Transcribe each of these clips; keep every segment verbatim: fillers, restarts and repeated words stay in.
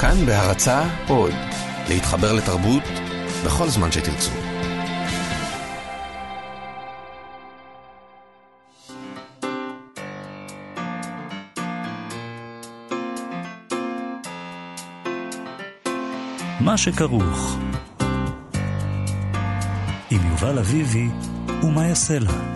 כאן בהרצאה עוד, להתחבר לתרבות בכל זמן שתרצו. מה שכרוך עם יובל אביבי ומה יעשה לה.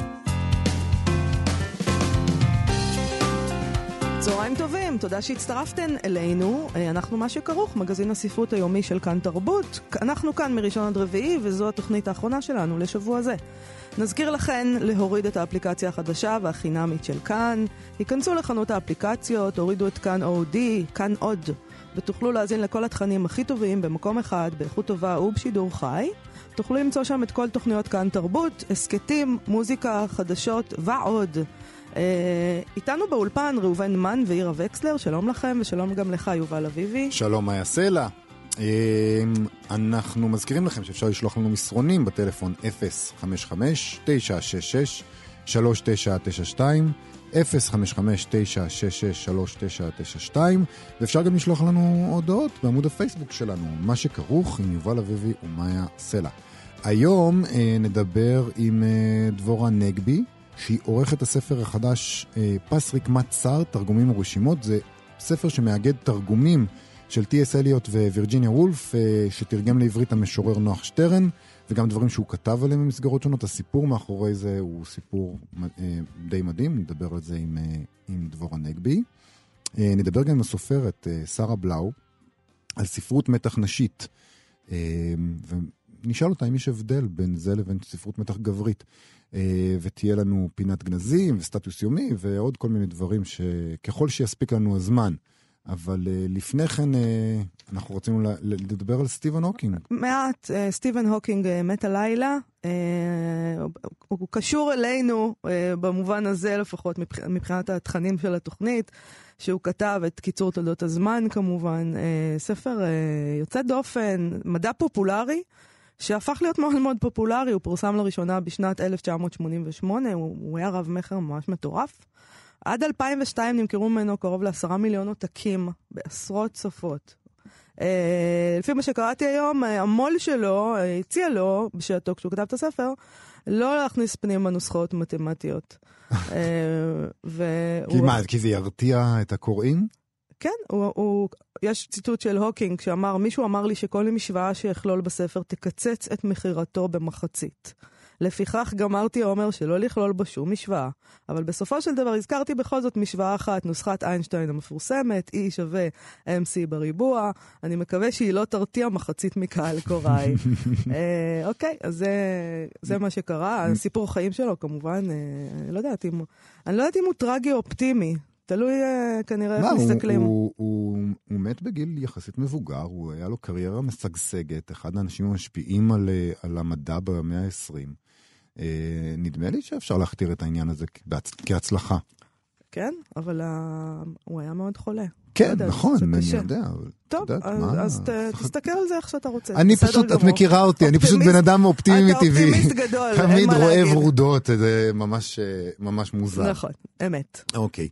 צהריים טובים, תודה שהצטרפתן אלינו. אנחנו מה שכרוך, מגזין הספרות היומי של כאן תרבות. אנחנו כאן מראשון עד רביעי, וזו התוכנית האחרונה שלנו לשבוע זה. נזכיר לכן להוריד את האפליקציה החדשה והחינמית של כאן. היכנסו לחנות האפליקציות, הורידו את כאן אודי, כאן עוד, ותוכלו להזין לכל התכנים הכי טובים במקום אחד, באיכות טובה ובשידור חי. תוכלו למצוא שם את כל תוכניות כאן תרבות, הסקטים, מוזיקה, חדשות ועוד. איתנו באולפן ראובן מן ואירה וקסלר, שלום לכם ושלום גם לך יובל אביבי. שלום, מה יעשה לה? אנחנו מזכירים לכם שאפשר לשלוח לנו מסרונים בטלפון אפס חמש חמש תשע שש שש שלוש תשע תשע שתיים אפס חמש חמש תשע שש שש שלוש תשע תשע שתיים, ואפשר גם לשלוח לנו הודעות בעמוד הפייסבוק שלנו, מה שכרוך עם יובל אביבי ומאיה סלע. היום נדבר עם דבורה נגבי, שהיא עורכת הספר החדש פס רקמת צר, תרגומים ורשימות. זה ספר שמאגד תרגומים של טי אס אליוט ווירג'יניה וולף, שתרגם לעברית המשורר נוח שטרן, וגם דברים שהוא כתב עליהם במסגרות שונות. הסיפור מאחורי זה הוא סיפור די מדהים, נדבר על זה עם, עם דבורה נגבי. נדבר גם עם הסופרת שרה בלאו על ספרות מתח נשית, ונשאל אותה אם יש הבדל בין זה לבין ספרות מתח גברית. ותהיה לנו פינת גנזים וסטטוס יומי ועוד כל מיני דברים שככל שיספיק לנו הזמן. אבל לפני כן אנחנו רוצים לדבר על סטיבן הוקינג. מעט, סטיבן הוקינג מת הלילה. הוא קשור אלינו במובן הזה לפחות מבחינת התכנים של התוכנית, שהוא כתב את קיצור תולדות הזמן כמובן. ספר יוצא דופן, מדע פופולרי, שהפך להיות מאוד מאוד פופולרי. הוא פורסם לראשונה בשנת אלף תשע מאות שמונים ושמונה, הוא, הוא היה רב מחר ממש מטורף. עד אלפיים ושתיים נמכרו ממנו קרוב לעשרה מיליון עותקים, בעשרות שפות. אה, לפי מה שקראתי היום, המול שלו הציע לו, בשעתו כשהוא כתב את הספר, לא להכניס פנימה נוסחאות מתמטיות. אה, והוא... כי מה, כי זה ירתיע את הקוראים? כן, הוא, הוא, יש ציטוט של הוקינג שאמר, מישהו אמר לי שכל משוואה שיכלול בספר תקצץ את מחירתו במחצית. לפיכך גמרתי אומר שלא לכלול בו שום משוואה. אבל בסופו של דבר הזכרתי בכל זאת משוואה אחת, נוסחת איינשטיין המפורסמת, E שווה אם סי בריבוע. אני מקווה שהיא לא תרתיע מחצית מקהל קוראי. אה, אוקיי, אז זה, זה מה שקרה. הסיפור החיים שלו כמובן, אה, אני לא יודעת אם, אני לא יודעת אם הוא טרגי או אופטימי. תלוי כנראה איך מסתכלים. הוא, הוא, הוא מת בגיל יחסית מבוגר, הוא היה לו קריירה משגשגת, אחד האנשים המשפיעים על, על המדע במאה ה-עשרים. אה, נדמה לי שאפשר להכתיר את העניין הזה כהצלחה. כן, אבל הוא היה מאוד חולה. כן, נכון, אני יודע. טוב, אז תסתכל על זה איך שאתה רוצה. אני פשוט, את מכירה אותי, אני פשוט בן אדם אופטימי טבעי. אתה אופטימיסט גדול, אין מה תמיד להגיד. רואה ורודות, זה ממש מוזר. נכון, אמת. אוקיי.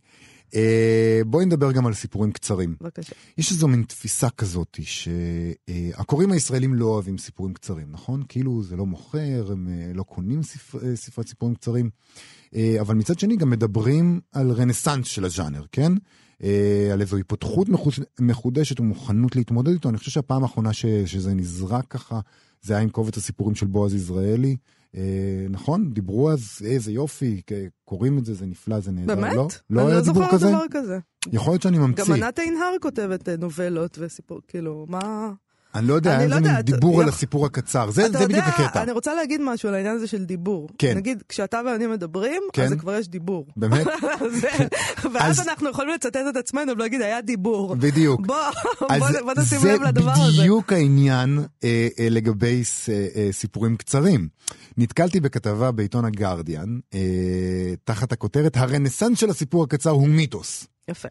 בואי נדבר גם על סיפורים קצרים. בבקשה. יש איזו מין תפיסה כזאת שהקוראים הישראלים לא אוהבים סיפורים קצרים, נכון? כאילו זה לא מוכר, הם לא קונים ספרי סיפורים קצרים, אבל מצד שני גם מדברים על רנסנס של הז'אנר, כן? על איזו היפתחות מחודשת ומוכנות להתמודד איתו. אני חושב שהפעם האחרונה שזה נזרק ככה, זה היה עם קובץ הסיפורים של בועז יזרעאלי, נכון? דיברו אז, איזה יופי, קוראים את זה, זה נפלא, זה נהדר. באמת? לא? לא היה דיבור כזה? אני לא זוכר דבר כזה. יכול להיות שאני ממציא. גם ענת עינהר כותבת נובלות וסיפור, כאילו, מה... אני לא יודע, איזה מין דיבור על הסיפור הקצר. זה בדיוק הקטע. אני רוצה להגיד משהו על העניין הזה של דיבור. נגיד, כשאתה ואני מדברים, אז זה כבר יש דיבור. באמת? ואז אנחנו יכולים לצטט את עצמנו ולהגיד, היה דיבור. בדיוק. בוא נשים לב לדבר הזה. זה בדיוק העניין לגבי סיפורים קצרים. נתקלתי בכתבה בעיתון הגרדיאן, תחת הכותרת, הרנסנס של הסיפור הקצר הוא מיתוס. יפה.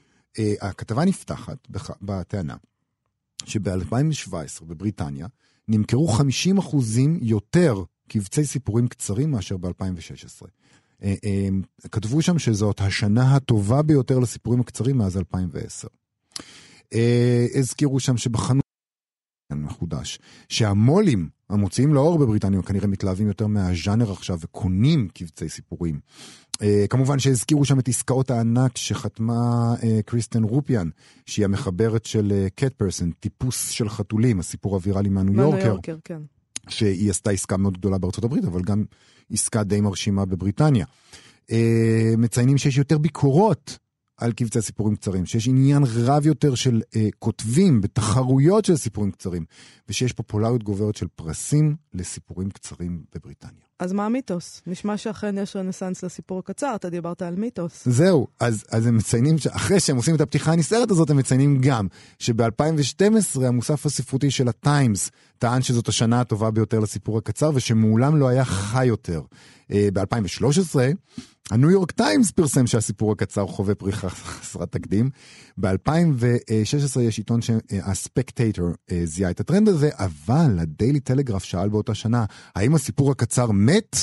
הכתבה נפתחת בטענה, שב-אלפיים שבע עשרה בבריטניה נמכרו חמישים אחוזים יותר קבצי סיפורים קצרים מאשר ב-אלפיים ושש עשרה. כתבו שם שזאת השנה הטובה ביותר לסיפורים הקצרים מאז אלפיים ועשר. הזכירו שם שבחנות מחודש, שהמולים המוציאים לאור בבריטניה כנראה מתלהבים יותר מהז'אנר עכשיו וקונים קבצי סיפורים. כמובן שהזכירו שם את עסקאות הענק שחתמה קריסטן רופיאן, שהיא המחברת של קט פרסון, טיפוס של חתולים, הסיפור הוויראלי מהניו יורקר, כן. שהיא עשתה עסקה מאוד גדולה בארצות הברית, אבל גם עסקה די מרשימה בבריטניה. מציינים שיש יותר ביקורות על קבצי סיפורים קצרים, שיש עניין רב יותר של אה, כותבים בתחרויות של סיפורים קצרים, ושיש פופולריות גוברת של פרסים לסיפורים קצרים בבריטניה. אז מה המיתוס? נשמע שאכן יש רנסנס לסיפור הקצר, אתה דיברת על מיתוס. זהו, אז, אז הם מציינים, אחרי שהם עושים את הפתיחה הנסתרת הזאת, הם מציינים גם שב-אלפיים ושתים עשרה המוסף הספרותי של הטיימס טען שזאת השנה הטובה ביותר לסיפור הקצר, ושמעולם לא היה חי יותר. אה, ב-אלפיים ושלוש עשרה, הניו יורק טיימס פרסם שהסיפור הקצר חווה פריחה חסרת תקדים. ב-אלפיים ושש עשרה יש עיתון שהספקטייטור זיהה את הטרנד הזה, אבל הדיילי טלגרף שאל באותה שנה, האם הסיפור הקצר מת?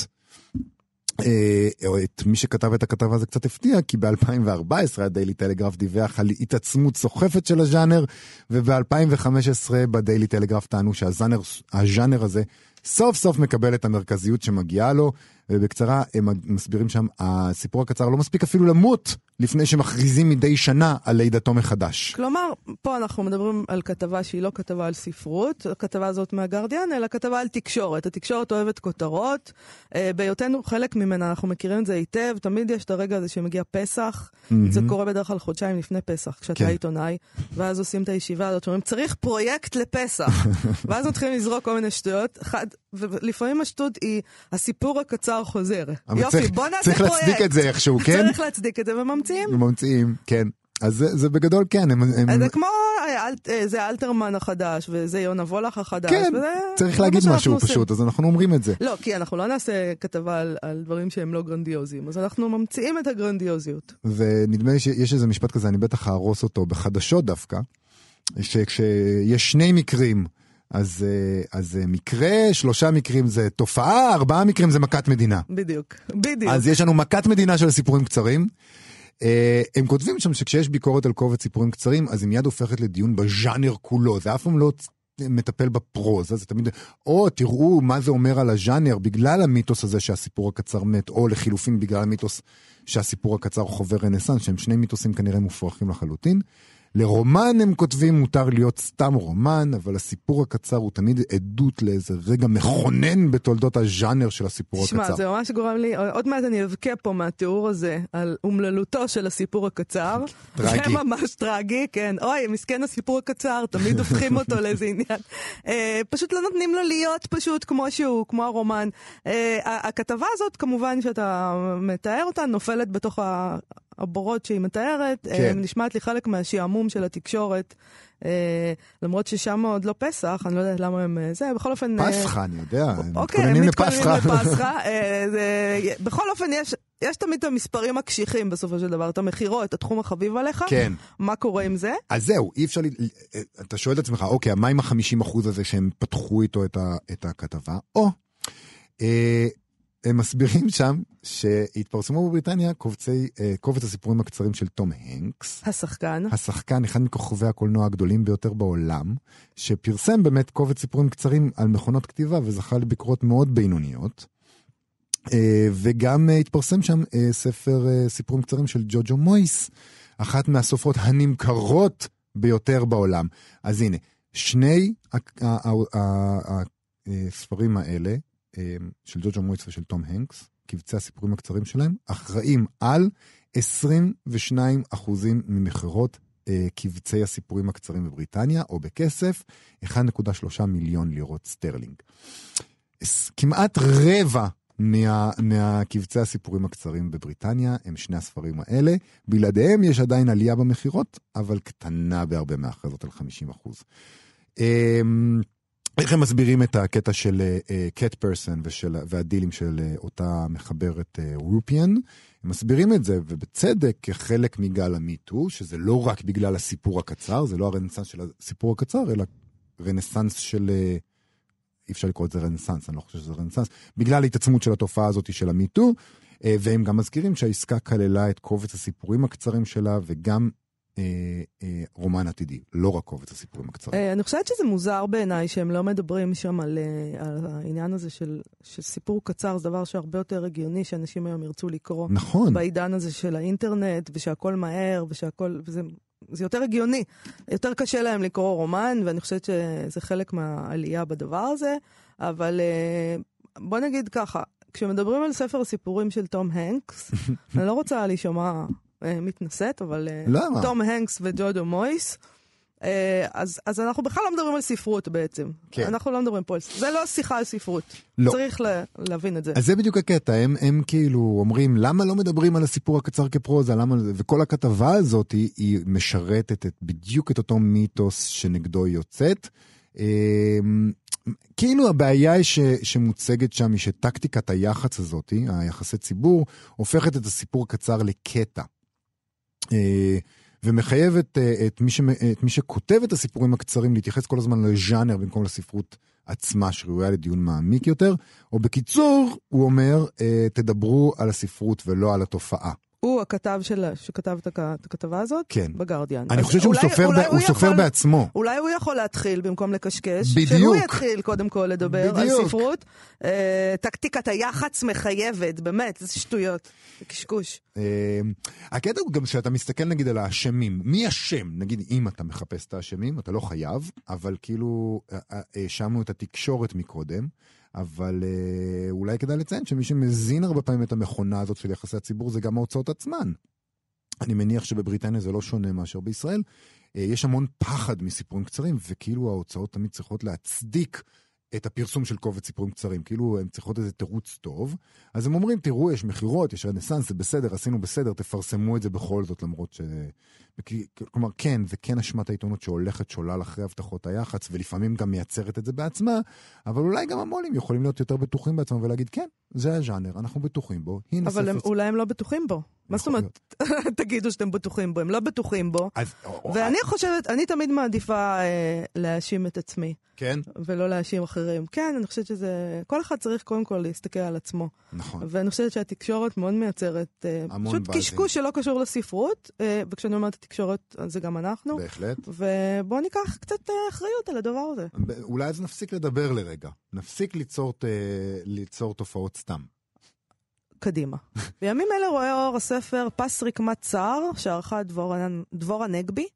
או את מי שכתב את הכתבה הזה קצת הפתיע, כי ב-אלפיים וארבע עשרה הדיילי טלגרף דיווח על התעצמות סוחפת של הז'אנר, וב-אלפיים וחמש עשרה בדיילי טלגרף טענו שהז'אנר הזה סוף סוף מקבל את המרכזיות שמגיעה לו, ובקצרה הם מסבירים שם, הסיפור הקצר לא מספיק אפילו למות, לפני שמכריזים מדי שנה על לידתו מחדש. כלומר, פה אנחנו מדברים על כתבה שהיא לא כתבה על ספרות, הכתבה הזאת מהגרדיאן, אלא כתבה על תקשורת. התקשורת אוהבת כותרות, בהיותנו חלק ממנה, אנחנו מכירים את זה היטב, תמיד יש את הרגע הזה שמגיע פסח, mm-hmm. זה קורה בדרך כלל חודשיים לפני פסח, כשאתה כן. עיתונאי, ואז עושים את הישיבה הזאת, שאומרים, צריך פרויקט לפסח, ואז מתחילים לזרוק כל מיני שטויות, אחד, ולפעמים השטות היא, הסיפור הקצר חוזר. יופי, צריך, בוא נעשה צריך פרויקט. צריך להצדיק את זה איכשהו, כן? צריך להצדיק את זה וממציאים. וממציאים, כן. אז זה, זה בגדול, כן. הם, הם... זה כמו, זה אלתרמן החדש, וזה יונה וולך החדש. כן, וזה, צריך להגיד משהו פשוט, אז אנחנו אומרים את זה. לא, כי אנחנו לא נעשה כתבה על, על דברים שהם לא גרנדיוזיים, אז אנחנו ממציאים את הגרנדיוזיות. ונדמה לי שיש איזה משפט כזה, אני בטח ארוס אותו בחדשות דווקא, שכשיש שני מקרים, אז, אז מקרה, שלושה מקרים זה תופעה, ארבעה מקרים זה מכת מדינה. בדיוק, בדיוק. אז יש לנו מכת מדינה של סיפורים קצרים. הם כותבים שם שכשיש ביקורת על קובץ סיפורים קצרים, אז היא מיד הופכת לדיון בז'אנר כולו. זה אף פעם לא מטפל בפרוזה, זה תמיד, או תראו מה זה אומר על הז'אנר, בגלל המיתוס הזה שהסיפור הקצר מת, או לחילופין בגלל המיתוס שהסיפור הקצר חובר רנסנס, שהם שני מיתוסים כנראה מופרכים לחלוטין. לרומן הם כותבים מותר להיות סתם רומן, אבל הסיפור הקצר הוא תמיד עדות לאיזה רגע מכונן בתולדות הז'אנר של הסיפור שמה, הקצר. שמה, זה ממש גורם לי, עוד מעט אני אבקע פה מהתיאור הזה, על אומללותו של הסיפור הקצר. טרגי. זה ממש טרגי, כן. אוי, מסכן הסיפור הקצר, תמיד הופכים אותו לאיזה עניין. אה, פשוט לא נותנים לו להיות פשוט כמו שהוא, כמו הרומן. אה, הכתבה הזאת, כמובן שאתה מתאר אותה, נופלת בתוך ה... הבורות שהיא מתארת, כן. נשמעת לי חלק מהשעמום של התקשורת, למרות ששם עוד לא פסח, אני לא יודעת למה הם זה, בכל אופן... פסחה, אני יודע, הם אוקיי, מתכוננים לפסחה. לפסחה. בכל אופן, יש, יש תמיד את המספרים הקשיחים בסופו של דבר, את המחירו, את התחום החביב עליך, כן. מה קורה עם זה? אז זהו, אי אפשר, אתה שואל את עצמך, אוקיי, מה עם ה-חמישים אחוז הזה שהם פתחו איתו את, ה, את הכתבה? או, אה, הם מסבירים שם שהתפרסמו בבריטניה קובצי, קובץ הסיפורים הקצרים של תום הנקס. השחקן. השחקן, אחד מכוכבי הקולנוע הגדולים ביותר בעולם, שפרסם באמת קובץ סיפורים קצרים על מכונות כתיבה, וזכה לביקורות מאוד בינוניות. וגם התפרסם שם ספר סיפורים קצרים של ג'וג'ו מויס, אחת מהסופרות הנמכרות ביותר בעולם. אז הנה, שני הספרים האלה, של ג'וג'ו מויס ושל תום הנקס, קבצי הסיפורים הקצרים שלהם, אחראים על עשרים ושניים אחוזים ממחירות אה, קבצי הסיפורים הקצרים בבריטניה, או בכסף, אחד נקודה שלושה מיליון לירות סטרלינג. כמעט רבע מה, מהקבצי הסיפורים הקצרים בבריטניה, הם שני הספרים האלה. בלעדיהם יש עדיין עלייה במחירות, אבל קטנה בהרבה מההכרזות על חמישים אחוז. אה, איך הם מסבירים את הקטע של קט פרסון והדילים של אותה מחברת רופיאן? הם מסבירים את זה, ובצדק, כחלק מגל המיטו, שזה לא רק בגלל הסיפור הקצר, זה לא הרנסנס של הסיפור הקצר, אלא רנסנס של, אי אפשר לקרוא את זה רנסנס, אני לא חושב שזה רנסנס, בגלל ההתעצמות של התופעה הזאת של המיטו, והם גם מזכירים שהעסקה כללה את קובץ הסיפורים הקצרים שלה, וגם אה, אה, רומן עתידי, לא רק קובץ הסיפורים הקצרים. אני חושבת שזה מוזר בעיניי שהם לא מדברים שם על, על העניין הזה של, של סיפור קצר, זה דבר שהרבה יותר הגיוני שאנשים היום ירצו לקרוא. נכון. בעידן הזה של האינטרנט, ושהכל מהר, ושהכל, וזה, זה יותר הגיוני. יותר קשה להם לקרוא רומן, ואני חושבת שזה חלק מהעלייה בדבר הזה, אבל בוא נגיד ככה, כשמדברים על ספר הסיפורים של תום הנקס, אני לא רוצה להישמע מתנשאת, אבל למה? תום הנקס וג'ודו מויס, אז, אז אנחנו בכלל לא מדברים על ספרות בעצם. כן. אנחנו לא מדברים פה על ספרות. זה לא שיחה על ספרות. לא. צריך לה, להבין את זה. אז זה בדיוק הקטע, הם, הם כאילו אומרים, למה לא מדברים על הסיפור הקצר כפרוזה, למה, וכל הכתבה הזאת היא, היא משרתת את, בדיוק את אותו מיתוס שנגדו היא יוצאת. כאילו הבעיה היא ש, שמוצגת שם היא שטקטיקת היח"צ הזאת, היחסי ציבור, הופכת את הסיפור הקצר לקטע. ומחייבת את מי, ש, את מי שכותב את הסיפורים הקצרים להתייחס כל הזמן לז'אנר במקום לספרות עצמה שראויה לדיון מעמיק יותר, או בקיצור, הוא אומר, תדברו על הספרות ולא על התופעה. הוא הכתב שלה, שכתב את הכתבה הזאת? כן. בגרדיאן. אני חושב שהוא אולי, סופר, אולי ב, הוא הוא יכול, סופר בעצמו. אולי הוא יכול להתחיל במקום לקשקש. בדיוק. שהוא יתחיל קודם כל לדבר בדיוק. על ספרות. אה, טקטיקת היח"צ מחייבת, באמת, זה שטויות. זה קשקוש. אה, הקטע הוא גם שאתה מסתכל נגיד על האשמים. מי אשם? נגיד אם אתה מחפש את האשמים, אתה לא חייב, אבל כאילו האשמנו את התקשורת מקודם. אבל אה, אולי כדאי לציין שמי שמזין הרבה פעמים את המכונה הזאת של יחסי הציבור זה גם ההוצאות עצמן. אני מניח שבבריטניה זה לא שונה מאשר בישראל. אה, יש המון פחד מסיפורים קצרים, וכאילו ההוצאות תמיד צריכות להצדיק את הפרסום של קובץ סיפורים קצרים. כאילו הן צריכות איזה תירוץ טוב. אז הם אומרים, תראו, יש מחירות, יש רנסנס, זה בסדר, עשינו בסדר, תפרסמו את זה בכל זאת, למרות ש... כלומר, כן, זה כן אשמת העיתונות שהולכת שולל אחרי הבטחות היח"צ, ולפעמים גם מייצרת את זה בעצמה, אבל אולי גם המו"לים יכולים להיות יותר בטוחים בעצמם ולהגיד, כן, זה הז'אנר, אנחנו בטוחים בו. אבל הם, אולי הם לא בטוחים בו. מה זאת אומרת? תגידו שאתם בטוחים בו, הם לא בטוחים בו. ואני חושבת, אני תמיד מעדיפה להאשים את עצמי. כן? ולא להאשים אחרים. כן, אני חושבת שזה... כל אחד צריך קודם כל להסתכל על עצמו. נכון. ואני חושבת שהתקשורת מאוד מייצרת... פשוט קשקוש שלא קשור לספרות, וכשאני אומרת התקשורת, זה גם אנחנו. בהחלט. ובואו ניקח קצת אחריות על הדבר הזה. אולי אז נפסיק לדבר לרגע. נפסיק ליצור, ליצור תופעות סתם. קדימה. בימים אלה רואה אור הספר פס רקמת צער, שערכה דבורה נגבי,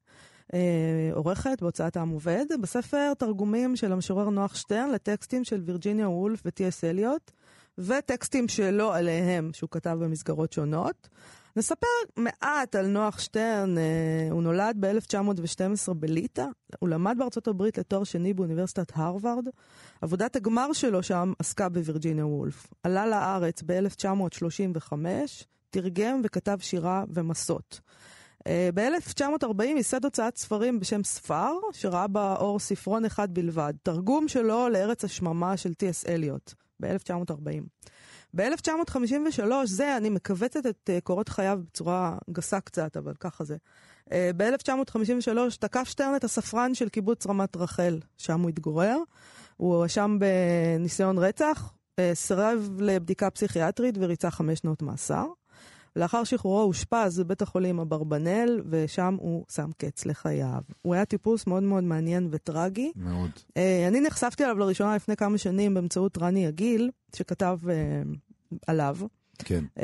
עורכת בהוצאת העם עובד, בספר תרגומים של המשורר נוח שטרן לטקסטים של וירג'יניה וולף וטי אס אליוט, וטקסטים שלו עליהם שהוא כתב במסגרות שונות. נספר מעט על נוח שטרן. הוא נולד ב-אלף תשע מאות ושתים עשרה בליטא, הוא למד בארצות הברית לתואר שני באוניברסיטת הרווארד, עבודת הגמר שלו שם עסקה בווירג'יניה וולף. עלה לארץ ב-אלף תשע מאות שלושים וחמש, תרגם וכתב שירה ומסות. ב-אלף תשע מאות ארבעים ייסד הוצאת ספרים בשם ספר, שראה באור ספרון אחד בלבד, תרגום שלו לארץ השממה של טי אס אליוט, ב-אלף תשע מאות ארבעים. ב-אלף תשע מאות חמישים ושלוש, זה, אני מקווצת את uh, קורות חייו בצורה גסה קצת, אבל ככה זה. Uh, ב-אלף תשע מאות חמישים ושלוש תקף שטרן את הספרן של קיבוץ רמת רחל, שם הוא התגורר. הוא שם בניסיון רצח, uh, סירב לבדיקה פסיכיאטרית וריצה חמש שנות מאסר. לאחר שחרורו הושפז בבית החולים אברבנאל, ושם הוא שם קץ לחייו. הוא היה טיפוס מאוד מאוד מעניין וטרגי. מאוד. Uh, אני נחשפתי עליו לראשונה לפני כמה שנים באמצעות רני יגיל, שכתב uh, עליו. כן. Uh,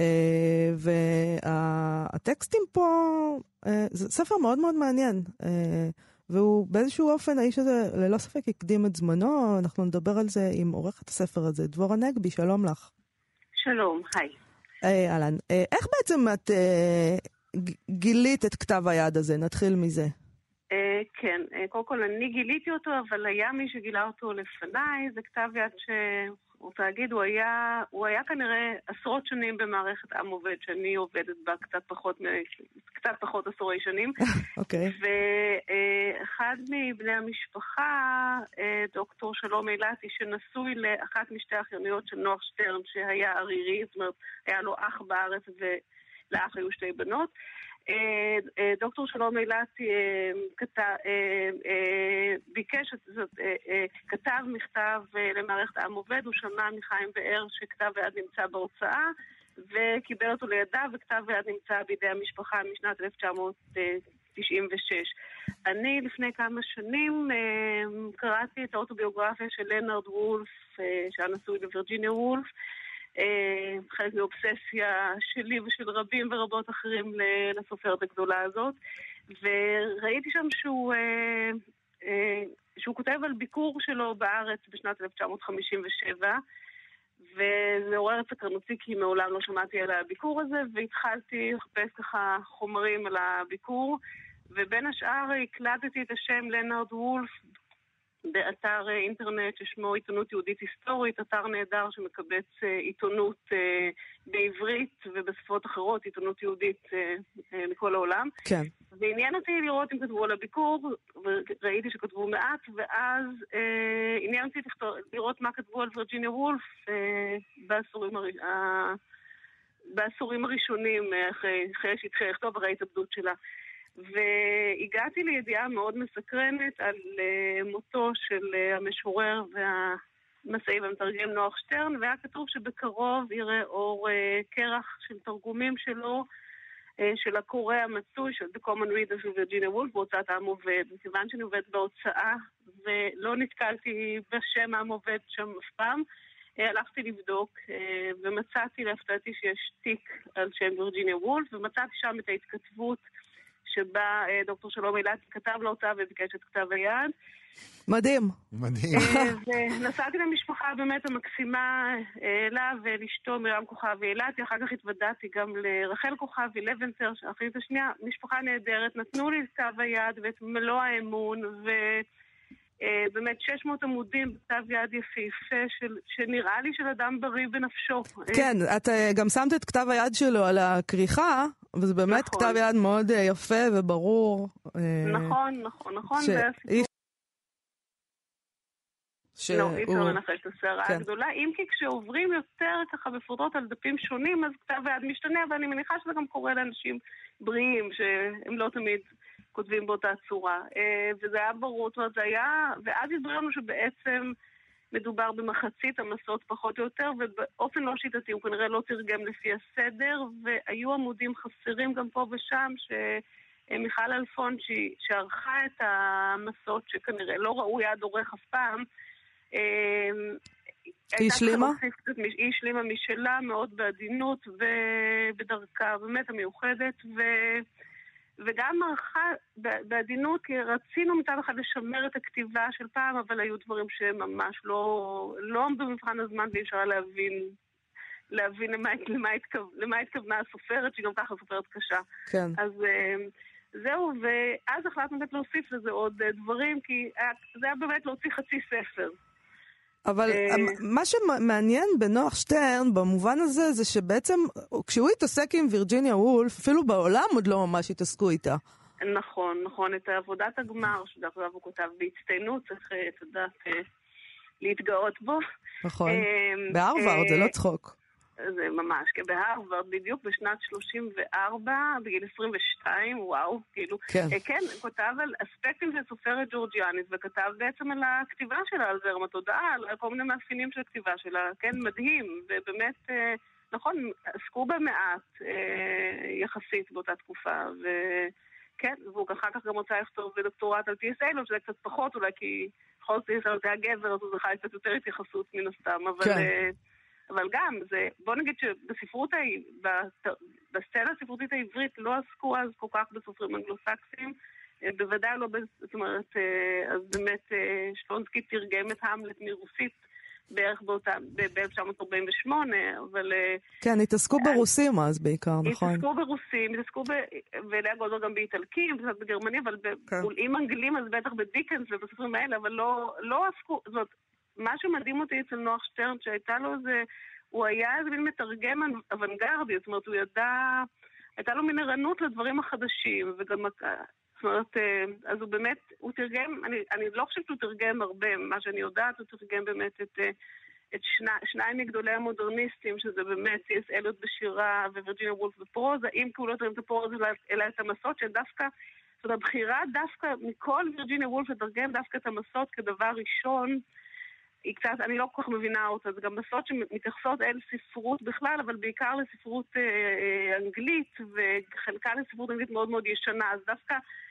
והטקסטים פה, uh, זה ספר מאוד מאוד מעניין. Uh, והוא באיזשהו אופן, האיש הזה ללא ספק הקדים את זמנו. אנחנו נדבר על זה עם עורכת הספר הזה, דבורה נגבי. שלום לך. שלום, היי. אהלן, איך בעצם את גילית את כתב היד הזה? נתחיל מזה. כן, קודם כל אני גיליתי אותו, אבל היה מי שגילה אותו לפניי. זה כתב יד שהוא תאגיד, הוא היה, הוא היה כנראה עשרות שנים במערכת עם עובד, שאני עובדת בה קצת פחות, קצת פחות עשורי שנים. אוקיי. ואחד מבני המשפחה, דוקטור שלום אילתי, שנשוי לאחת משתי אחייניות של נוח שטרן, שהיה ערירי, זאת אומרת, היה לו אח בארץ ולאח היו שתי בנות. דוקטור שלום אילתי ביקש, כתב מכתב למערכת עם עובד, הוא שמע מחיים באר שכתב היד נמצא בהוצאה, וקיבל אותו לידיו, וכתב היד נמצא בידי המשפחה משנת אלף תשע מאות תשעים ושש. אני לפני כמה שנים קראתי את האוטוביוגרפיה של לנרד וולף, שהיה נשוי לווירג'יניה וולף, חלק מאובססיה שלי ושל רבים ורבות אחרים לסופרת הגדולה הזאת, וראיתי שם שהוא, שהוא כותב על ביקור שלו בארץ בשנת אלף תשע מאות חמישים ושבע, וזה עורר את סקרנותי כי מעולם לא שמעתי על הביקור הזה, והתחלתי לחפש ככה חומרים על הביקור, ובין השאר הקלטתי את השם לנרד וולף באתר אינטרנט ששמו עיתונות יהודית היסטורית, אתר נהדר שמקבץ עיתונות בעברית ובשפות אחרות, עיתונות יהודית מכל העולם. כן. ועניין אותי לראות אם כתבו על הביקור, וראיתי שכתבו מעט, ואז אה, עניין אותי לכתוב, לראות מה כתבו על וירג'יניה וולף אה, בעשורים, הר... אה, בעשורים הראשונים, אחרי, אחרי שהתחילה לכתוב אחרי ההתאבדות שלה. והגעתי לידיעה מאוד מסקרנת על אה, מותו של אה, המשורר והמסעי והמתרגם נוח שטרן, והיה כתוב שבקרוב יראה אור אה, קרח של תרגומים שלו, של הקורא המצוי של The Common Reader של וירג'יניה וולף בהוצאת עם עובד. מכיוון שאני עובדת בהוצאה ולא נתקלתי בשם עם עובד שם אף פעם, הלכתי לבדוק ומצאתי להפתעתי שיש תיק על שם וירג'יניה וולף, ומצאתי שם את ההתכתבות שבה דוקטור שלום אילתי כתב להוצאה וביקש את כתב היד. מדהים. מדהים. ונסעתי למשפחה באמת המקסימה, לה ולאשתו מרים כוכבי אילתי, אחר כך התוודעתי גם לרחל כוכבי לבנצר, האחרית השנייה, משפחה נהדרת, נתנו לי את כתב היד ואת מלוא האמון, ובאמת שש מאות עמודים בכתב יד יפהפה, שנראה לי של אדם בריא בנפשו. כן, את גם שמת את כתב היד שלו על הכריכה, וזה באמת כתב יד מאוד יפה וברור. נכון, נכון, נכון. ש... לא, אי אפשר הוא... לנחש את הסערה כן. הגדולה, אם כי כשעוברים יותר ככה בפרוטות על דפים שונים, אז כתב היד משתנה, ואני מניחה שזה גם קורה לאנשים בריאים, שהם לא תמיד כותבים באותה צורה. וזה היה ברור, זאת אומרת, זה היה, ואז הסברנו לנו שבעצם מדובר במחצית המסעות פחות או יותר, ובאופן לא שיטתי, הוא כנראה לא תרגם לפי הסדר, והיו עמודים חסרים גם פה ושם, ש... מיכל אלפון שערכה את המסעות שכנראה לא ראו יד עורך אף פעם, היא השלימה? היא השלימה משלה מאוד בעדינות ובדרכה באמת המיוחדת, ו... וגם ערכה בעדינות, כי רצינו מצד אחד לשמר את הכתיבה של פעם, אבל היו דברים שממש לא, לא עמדו במבחן הזמן, ואי אפשר להבין להבין למה, למה, התכו... למה התכוונה הסופרת, שהיא גם ככה סופרת קשה. כן. אז זהו, ואז החלטנו באמת להוסיף לזה עוד דברים, כי זה היה באמת להוציא חצי ספר. אבל מה שמעניין בנוח שטרן במובן הזה, זה שבעצם כשהוא התעסק עם וירג'יניה וולף, אפילו בעולם עוד לא ממש התעסקו איתה. נכון, נכון, את עבודת הגמר, שדרך אגב הוא כותב בהצטיינות, צריך, את יודעת, להתגאות בו. נכון, בהרווארד, זה לא צחוק. זה ממש, כי בהרווארד בדיוק בשנת שלושים וארבע, בגיל עשרים ושתיים, וואו, כאילו, כן, כן כותב על אספקטים של סופרת ג'ורג'יאנית, וכתב בעצם על הכתיבה שלה, על זרם התודעה, על כל מיני מאפיינים של הכתיבה שלה, כן, מדהים, ובאמת, נכון, עסקו במעט יחסית באותה תקופה, וכן, והוא אחר כך גם רוצה לכתוב בדוקטורט על טי אס איילון, שזה קצת פחות, אולי כי בכל זאת טי אס איילון זה הגבר, אז הוא זכה קצת יותר התייחסות מן הסתם, אבל... כן. אבל גם, זה, בוא נגיד שבספרות, בסצנה הספרותית העברית לא עסקו אז כל כך בסופרים אנגלוסקסים, בוודאי לא, זאת אומרת, אז באמת שלונסקי תרגם את המלט מרוסית בערך באותה, ב-אלף תשע מאות ארבעים ושמונה, אבל... כן, התעסקו ברוסים אז בעיקר, נכון? התעסקו ברוסים, התעסקו ב... ולאה גולדברג גם באיטלקים, קצת בגרמני, אבל עם אנגלים אז בטח בדיקנס ובסופרים האלה, אבל לא עסקו, זאת... מה שמדהים אותי אצל נוח שטרן, שהייתה לו זה, הוא היה איזה מין מתרגם אוונגרדי, זאת אומרת, הוא ידע, הייתה לו מין ערנות לדברים החדשים, וגם, זאת אומרת, אז הוא באמת, הוא תרגם, אני, אני לא חושבת שהוא תרגם הרבה, מה שאני יודעת, הוא תרגם באמת את, את שני, שניים מגדולי המודרניסטים, שזה באמת טי אס אליוט בשירה, ווירג'יניה וולף בפרוזה, אם כי הוא לא תרגם את הפרוזה, אלא את המסות, שדווקא, זאת אומרת, הבחירה דווקא מכל וירג'יניה וולף לתרגם דווקא את המסות כדבר ראשון, היא קצת, אני לא כל כך מבינה אותה, זה גם מסות שמתייחסות אל ספרות בכלל, אבל בעיקר לספרות אה, אה, אנגלית, וחלקה לספרות אנגלית מאוד מאוד ישנה, אז דווקא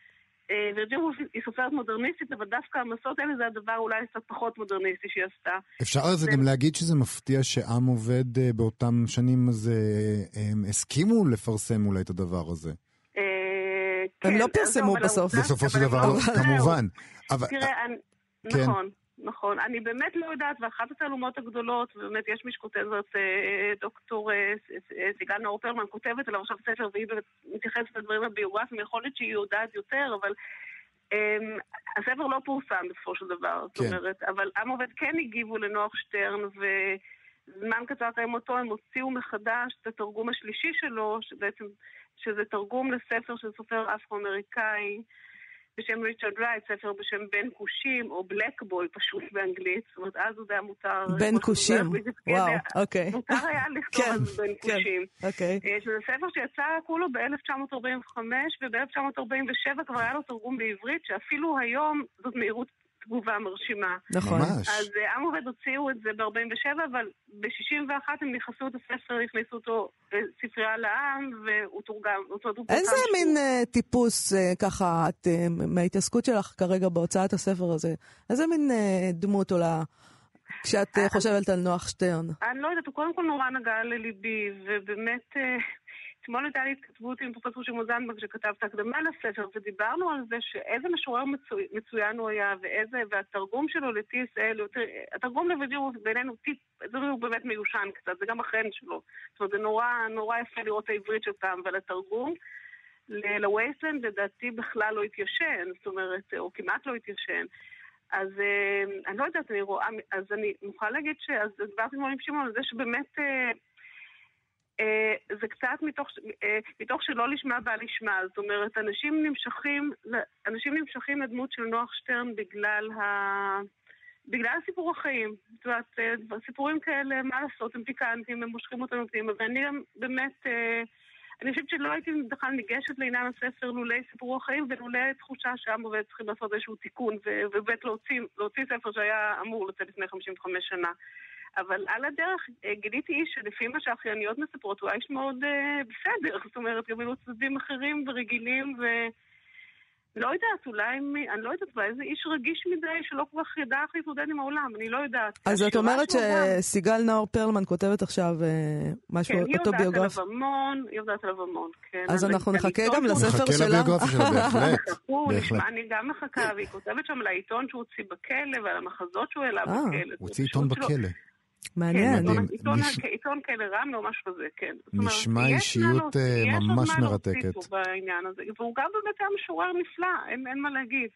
וירג'יניה וולף היא סופרת מודרניסטית, אבל דווקא המסעות האלה זה הדבר אולי קצת פחות מודרניסטי שהיא עשתה. אפשר על זה גם להגיד שזה מפתיע שעם עובד באותם שנים, אז הם הסכימו לפרסם אולי את הדבר הזה. הם לא פרסמו בסוף. בסופו של דבר, כמובן. תראה, נכון. נכון, אני באמת לא יודעת, ואחת התעלומות הגדולות, ובאמת יש מי שכותבת, דוקטור סיגל נאור פרלמן כותבת עליו עכשיו ספר, והיא מתייחסת לדברים הביוגרפיים, יכול להיות שהיא יודעת יותר, אבל הספר לא פורסם בסופו של דבר, זאת אומרת, אבל עם עובד כן הגיבו לנוח שטרן, וזמן קצר אחרי מותו הם הוציאו מחדש את התרגום השלישי שלו, שבעצם, שזה תרגום לספר של סופר אפרו-אמריקאי, בשם ריצ'רד רייט, ספר בשם בן קושים, או בלקבוי פשוט באנגלית, זאת אומרת, אז הוא היה מותר... בן קושים, וואו, אוקיי. מותר היה לכתוב על בן קושים. אוקיי. שזה ספר שיצא כולו ב-אלף תשע מאות ארבעים וחמש, וב-אלף תשע מאות ארבעים ושבע כבר היה לו תרגום בעברית, שאפילו היום זאת מהירות תגובה מרשימה. נכון. אז עם עובד הוציאו את זה ב-ארבעים ושבע, אבל ב-שישים ואחת הם נכנסו את הספר, הכניסו אותו לספרייה לעם, והוא תורגם. איזה מין טיפוס ככה, מההתעסקות שלך כרגע בהוצאת הספר הזה, איזה מין דמות עולה כשאת חושבת על נוח שטרן? אני לא יודעת, הוא קודם כל נורא נגע לליבי, ובאמת... אתמול הייתה לי התכתבות עם פרופסור שמעון זנדברג שכתב את הקדמה לספר, ודיברנו על זה שאיזה משורר מצו... מצוין הוא היה, ואיזה, והתרגום שלו ל-טי אס אל, התרגום לוירג'יניה וולף בינינו, זה הוא באמת מיושן קצת, זה גם החן שלו. זאת אומרת, זה נורא, נורא יפה לראות את העברית של פעם, אבל התרגום לווייסלנד לדעתי בכלל לא התיישן, זאת אומרת, או כמעט לא התיישן. אז אני לא יודעת, אני רואה, אז אני מוכרחה להגיד ש... אז דיברתי עם שמעון על זה שבאמת... Uh, זה קצת מתוך, uh, מתוך שלא לשמה בא לשמה, זאת אומרת, אנשים נמשכים, אנשים נמשכים לדמות של נוח שטרן בגלל, ה... בגלל סיפור החיים. זאת אומרת, uh, סיפורים כאלה, מה לעשות, הם פיקנטים, הם מושכים אותם בפנים, ואני גם באמת, uh, אני חושבת שלא הייתי בכלל ניגשת לעניין הספר לולי סיפור החיים, ולולי תחושה שעם עובד צריכים לעשות איזשהו תיקון, ובאמת להוציא, להוציא ספר שהיה אמור לצאת לפני חמישים וחמש שנה. אבל על הדרך גיליתי איש שלפי מה שהאחייניות מספרות, הוא איש מאוד אה, בסדר, זאת אומרת, גם היו צדדים אחרים ורגילים, ולא יודעת, אולי, אני לא יודעת, איזה איש רגיש מדי שלא כל כך ידע איך להתמודד עם העולם, אני לא יודעת. אז את אומרת שסיגל נאור פרלמן כותבת עכשיו אה, משהו כן, אוטוביוגרפי? כן, היא יודעת עליו המון, היא יודעת עליו המון, כן. אז אנחנו נחכה גם לספר שלה. נחכה לביוגרפיה שלה, בהחלט. אני גם מחכה, והיא כותבת שם לעיתון שהוא הוציא בכלא, ועל המחזות שהוא העלה בכלא. הוא הוציא עיתון בכלא. מעניין. עיתון כאלה רם או משהו כזה, כן. נשמע אישיות ממש מרתקת. והוא גם באמת היה משורר נפלא, אין מה להגיד.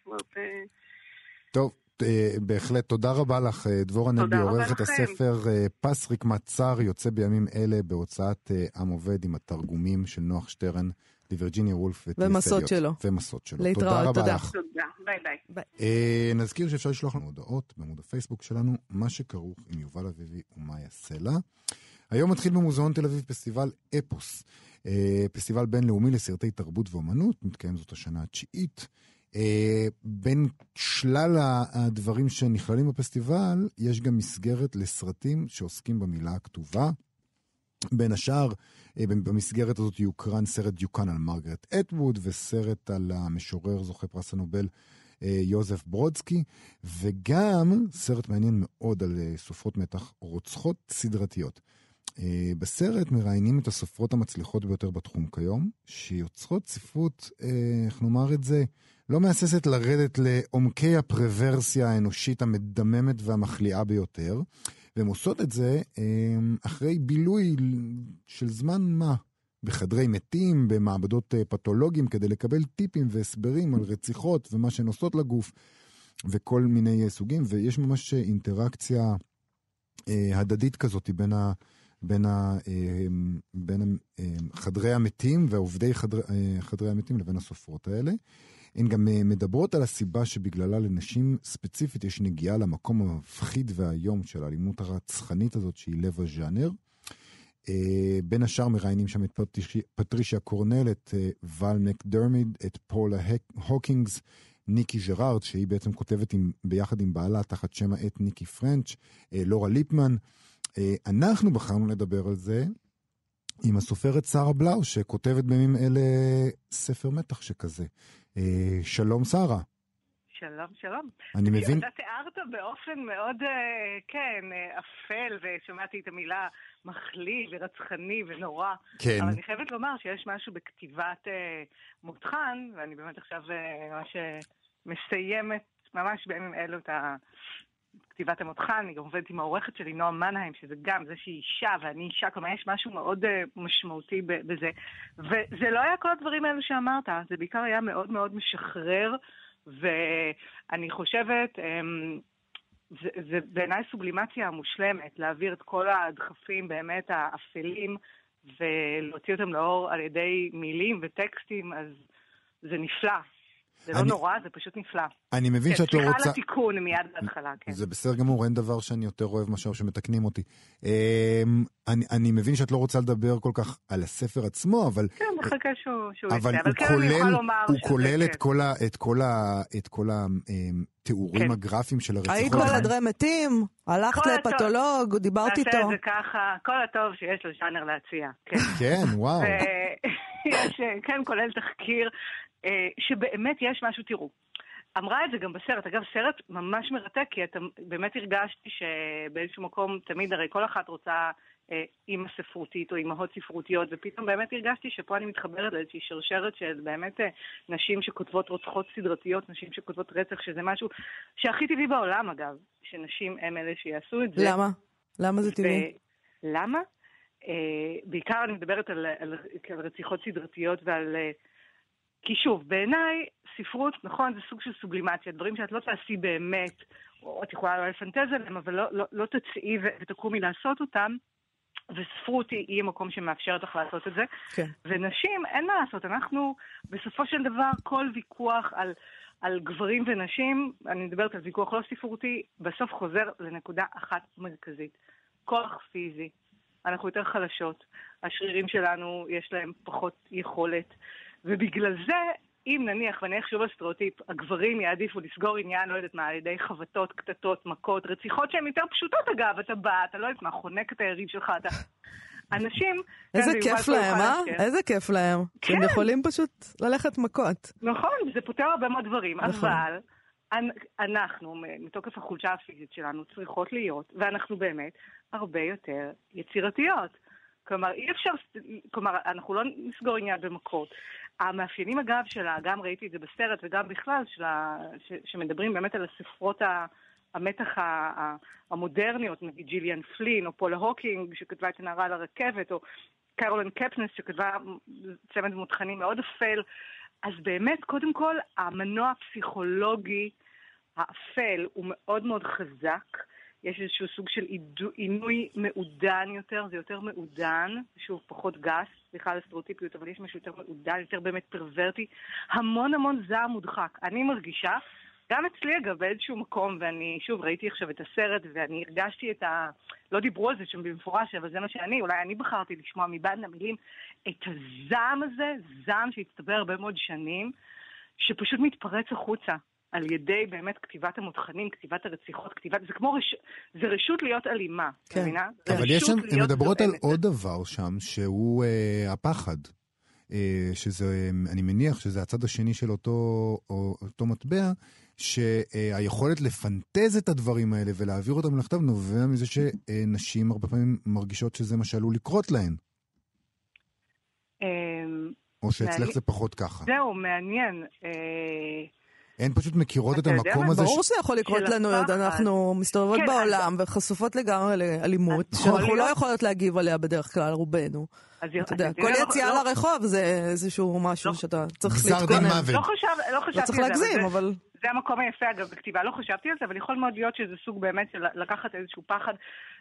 טוב, בהחלט, תודה רבה לך, דבורה נבי, עורכת הספר פס רקמת צר, יוצא בימים אלה בהוצאת עם עובד עם התרגומים של נוח שטרן, לווירג'יניה וולף ומסות שלו. ומסות שלו. להתראות, תודה תודה. רבה לך. תודה, ביי ביי. אה, נזכיר שאפשר לשלוח לנו הודעות בעמוד הפייסבוק שלנו, מה שכרוך עם יובל אביבי ומאיה סלע. היום מתחיל במוזיאון תל אביב פסטיבל אפוס, אה, פסטיבל בינלאומי לסרטי תרבות ואומנות, מתקיים זאת השנה התשיעית. אה, בין שלל הדברים שנכללים בפסטיבל, יש גם מסגרת לסרטים שעוסקים במילה הכתובה. בין השאר, במסגרת הזאת יוקרן סרט דיוקן על מרגרט אטווד, וסרט על המשורר זוכה פרס הנובל יוזף ברודסקי, וגם סרט מעניין מאוד על סופרות מתח רוצחות סדרתיות. בסרט מראיינים את הסופרות המצליחות ביותר בתחום כיום, שיוצרות ספרות, איך נאמר את זה, לא מהססת לרדת לעומקי הפרוורסיה האנושית המדממת והמחליאה ביותר, והן עושות את זה אחרי בילוי של זמן מה, בחדרי מתים, במעבדות פתולוגיים, כדי לקבל טיפים והסברים על רציחות ומה שהן עושות לגוף, וכל מיני סוגים, ויש ממש אינטראקציה הדדית כזאת בין, ה, בין, ה, בין חדרי המתים ועובדי חדר, חדרי המתים לבין הסופרות האלה. הן גם מדברות על הסיבה שבגללה לנשים ספציפית יש נגיעה למקום המפחיד והיום של האלימות הרצחנית הזאת שהיא לב הז'אנר. בין השאר מראיינים שם את פטרישיה קורנל, את ואל מקדרמיד, את פולה הוקינגס, ניקי ג'רארד, שהיא בעצם כותבת עם, ביחד עם בעלה תחת שם העט ניקי פרנץ', לורה ליפמן. אנחנו בחרנו לדבר על זה עם הסופרת שרה בלאו, שכותבת בימים אלה ספר מתח שכזה. שלום שרה. שלום, שלום. אני מבין... אתה תיארת באופן מאוד, כן, אפל, ושמעתי את המילה מחליא ורצחני ונורא. כן. אבל אני חייבת לומר שיש משהו בכתיבת מותחן, ואני באמת עכשיו ממש מסיימת, ממש בימים אלו את כתיבת המותחן. אני גם עובדת עם העורכת שלי, נועה מנהיים, שזה גם זה שהיא אישה, ואני אישה, כלומר יש משהו מאוד משמעותי בזה. וזה לא היה כל הדברים האלו שאמרת, זה בעיקר היה מאוד מאוד משחרר, ואני חושבת, זה, זה בעיניי סובלימציה המושלמת, להעביר את כל הדחפים באמת האפלים, ולהוציא אותם לאור על ידי מילים וטקסטים, אז זה נפלא. זה לא נורא, זה פשוט נפלא. אני מבין שאת לא רוצה... סליחה על התיקון מיד בהתחלה, כן. זה בסדר גמור, אין דבר שאני יותר אוהב משהו שמתקנים אותי. אני מבין שאת לא רוצה לדבר כל כך על הספר עצמו, אבל... כן, מחכה שהוא יצא. אבל הוא כולל את כל התיאורים הגרפיים של הרציחות. היית בחדרי מתים, הלכת לפתולוג, דיברת איתו. נעשה את זה ככה, כל הטוב שיש לו ז'אנר להציע. כן, וואו. כן, כולל תחקיר. שבאמת יש משהו, תראו, אמרה את זה גם בסרט, אגב סרט ממש מרתק, כי אתה, באמת הרגשתי שבאיזשהו מקום תמיד הרי כל אחת רוצה אה, אימא ספרותית או אימהות ספרותיות, ופתאום באמת הרגשתי שפה אני מתחברת לאיזושהי שרשרת של באמת אה, נשים שכותבות רוצחות סדרתיות, נשים שכותבות רצח, שזה משהו שהכי טבעי בעולם אגב, שנשים הם אלה שיעשו את זה. למה? למה זה טבעי? ו- למה? אה, בעיקר אני מדברת על, על, על רציחות סדרתיות ועל... אה, כי שוב, בעיניי, ספרות, נכון, זה סוג של סובלימציה, דברים שאת לא תעשי באמת, או את יכולה לא לפנטז עליהם, אבל לא, לא, לא תצאי ותקומי לעשות אותם, וספרות היא, היא המקום שמאפשרת לך לעשות את זה. כן. ונשים, אין מה לעשות, אנחנו, בסופו של דבר, כל ויכוח על, על גברים ונשים, אני מדברת על ויכוח לא ספרותי, בסוף חוזר לנקודה אחת מרכזית. כוח פיזי. אנחנו יותר חלשות. השרירים שלנו, יש להם פחות יכולת. ובגלל זה, אם נניח, ואני אחשוב על סטריאוטיפ, הגברים יעדיפו לסגור עניין, לא יודעת מה, על ידי חבטות, קטטות, מכות, רציחות שהן יותר פשוטות אגב, אתה בא, אתה לא יודעת מה, חונק את היריב שלך, אתה... אנשים... איזה כיף להם, אה? איזה כיף להם. הם יכולים פשוט ללכת מכות. נכון, זה פותר הרבה מאוד דברים, אבל אנחנו, מתוקף החולשה הפיזית שלנו, צריכות להיות, ואנחנו באמת הרבה יותר יצירתיות. כלומר, אי אפשר, כלומר, אנחנו לא נסגור עניין במכות. המאפיינים אגב שלה, גם ראיתי את זה בסרט וגם בכלל, שלה, ש, שמדברים באמת על הספרות המתח המודרניות, נגיד ג'יליאן פלין, או פולה הוקינג, שכתבה את הנערה על הרכבת, או קרולין קפנס, שכתבה צמד מותחנים מאוד אפל. אז באמת, קודם כל, המנוע הפסיכולוגי האפל הוא מאוד מאוד חזק, יש איזשהו סוג של עינוי מעודן יותר, זה יותר מעודן, שוב פחות גס, סליחה על הסטריאוטיפיות, אבל יש משהו יותר מעודן, יותר באמת פרוורטי, המון המון זעם מודחק. אני מרגישה, גם אצלי אגב באיזשהו מקום, ואני שוב ראיתי עכשיו את הסרט, ואני הרגשתי את ה... לא דיברו על זה שם במפורש, אבל זה מה שאני, אולי אני בחרתי לשמוע מבעד המילים, את הזעם הזה, זעם שהצטבר הרבה מאוד שנים, שפשוט מתפרץ החוצה. על ידי באמת כתיבת המותחנים, כתיבת הרציחות, כתיבת... זה כמו רש... זה רשות להיות אלימה, כן. מבינה? אבל יש שם, הן מדברות על עוד דבר שם, שהוא אה, הפחד. אה, שזה, אני מניח שזה הצד השני של אותו, או, אותו מטבע, שהיכולת לפנטז את הדברים האלה ולהעביר אותם לכתב נובע מזה שנשים הרבה פעמים מרגישות שזה מה שעלול לקרות להן. או שאצלך זה פחות ככה. זהו, מעניין. הן פשוט מכירות את המקום הזה. ברור שזה יכול לקרות לנו, אנחנו מסתובבות בעולם וחשופות לגמרי לאלימות, שאנחנו לא יכולות להגיב עליה בדרך כלל, רובנו. כל יציאה לרחוב זה איזשהו משהו שאתה צריך להתכונן. לא חשבתי על זה. לא צריך להגזים, אבל... זה המקום היפה אגב בכתיבה, לא חשבתי על זה, אבל יכול מאוד להיות שזה סוג באמת של לקחת איזשהו פחד